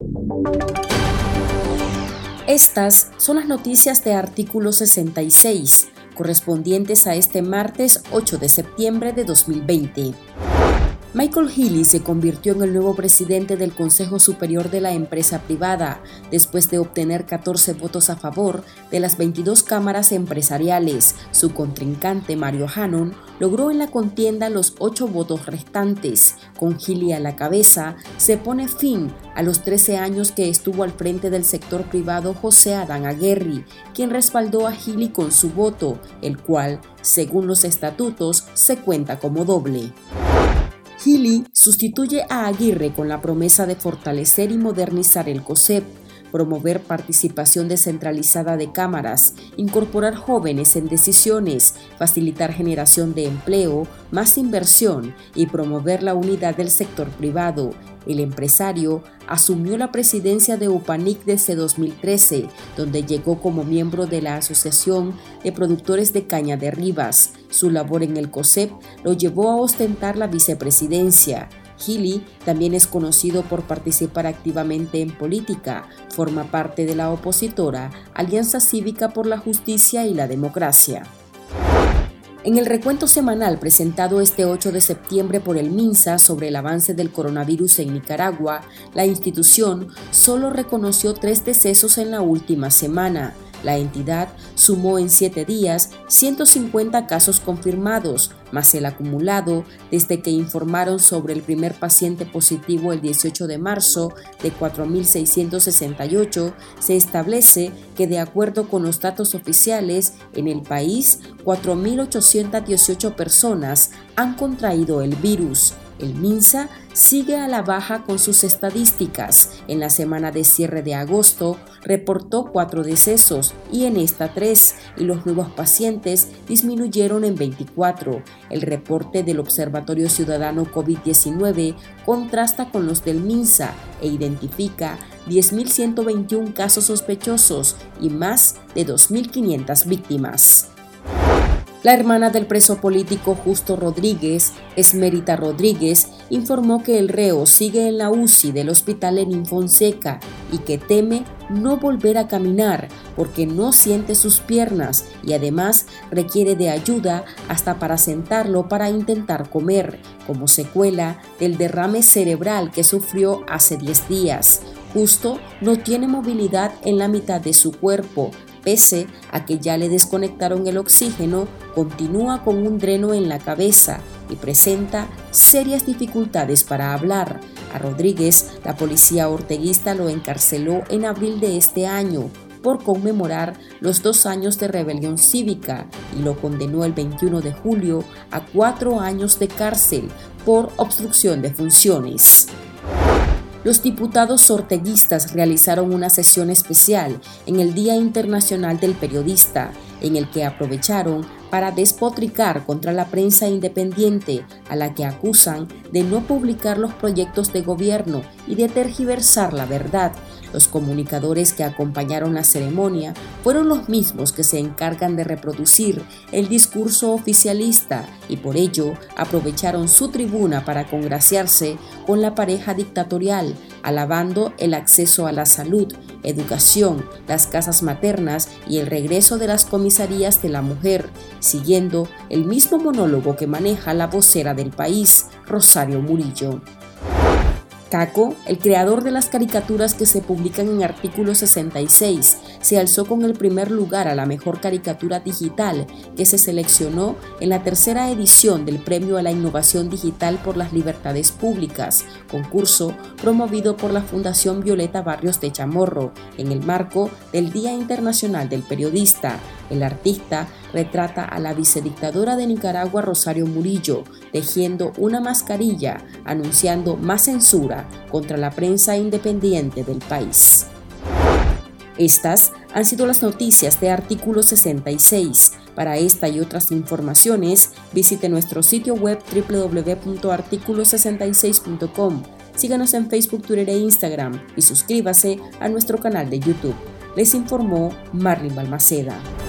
Estas son las noticias de Artículo 66, correspondientes a este martes 8 de septiembre de 2020. Michael Healy se convirtió en el nuevo presidente del Consejo Superior de la empresa privada, después de obtener 14 votos a favor de las 22 cámaras empresariales. Su contrincante, Mario Hannon, logró en la contienda los 8 votos restantes. Con Healy a la cabeza, se pone fin a los 13 años que estuvo al frente del sector privado José Adán Aguerri, quien respaldó a Healy con su voto, el cual, según los estatutos, se cuenta como doble. Healy sustituye a Aguirre con la promesa de fortalecer y modernizar el COSEP, promover participación descentralizada de cámaras, incorporar jóvenes en decisiones, facilitar generación de empleo, más inversión y promover la unidad del sector privado. El empresario asumió la presidencia de UPANIC desde 2013, donde llegó como miembro de la Asociación de Productores de Caña de Rivas. Su labor en el COSEP lo llevó a ostentar la vicepresidencia. Healy también es conocido por participar activamente en política. Forma parte de la opositora Alianza Cívica por la Justicia y la Democracia. En el recuento semanal presentado este 8 de septiembre por el MINSA sobre el avance del coronavirus en Nicaragua, la institución solo reconoció 3 decesos en la última semana. La entidad sumó en 7 días 150 casos confirmados, más el acumulado desde que informaron sobre el primer paciente positivo el 18 de marzo de 4.668, se establece que de acuerdo con los datos oficiales, en el país 4.818 personas han contraído el virus. El MINSA sigue a la baja con sus estadísticas. En la semana de cierre de agosto reportó 4 decesos y en esta 3, y los nuevos pacientes disminuyeron en 24. El reporte del Observatorio Ciudadano COVID-19 contrasta con los del MINSA e identifica 10.121 casos sospechosos y más de 2.500 víctimas. La hermana del preso político Justo Rodríguez, Esmerita Rodríguez, informó que el reo sigue en la UCI del hospital Lenín Fonseca y que teme no volver a caminar porque no siente sus piernas y además requiere de ayuda hasta para sentarlo para intentar comer, como secuela del derrame cerebral que sufrió hace 10 días. Justo no tiene movilidad en la mitad de su cuerpo. Pese a que ya le desconectaron el oxígeno, continúa con un dreno en la cabeza y presenta serias dificultades para hablar. A Rodríguez, la policía orteguista lo encarceló en abril de este año por conmemorar los 2 años de rebelión cívica y lo condenó el 21 de julio a 4 años de cárcel por obstrucción de funciones. Los diputados orteguistas realizaron una sesión especial en el Día Internacional del Periodista, en el que aprovecharon para despotricar contra la prensa independiente, a la que acusan de no publicar los proyectos de gobierno y de tergiversar la verdad. Los comunicadores que acompañaron la ceremonia fueron los mismos que se encargan de reproducir el discurso oficialista y por ello aprovecharon su tribuna para congraciarse con la pareja dictatorial, alabando el acceso a la salud, educación, las casas maternas y el regreso de las comisarías de la mujer, siguiendo el mismo monólogo que maneja la vocera del país, Rosario Murillo. Caco, el creador de las caricaturas que se publican en Artículo 66, se alzó con el primer lugar a la mejor caricatura digital que se seleccionó en la 3ª edición del Premio a la Innovación Digital por las Libertades Públicas, concurso promovido por la Fundación Violeta Barrios de Chamorro, en el marco del Día Internacional del Periodista. El artista retrata a la vicedictadora de Nicaragua, Rosario Murillo, tejiendo una mascarilla, anunciando más censura contra la prensa independiente del país. Estas han sido las noticias de Artículo 66. Para esta y otras informaciones, visite nuestro sitio web www.articulo66.com. Síganos en Facebook, Twitter e Instagram y suscríbase a nuestro canal de YouTube. Les informó Marlin Balmaceda.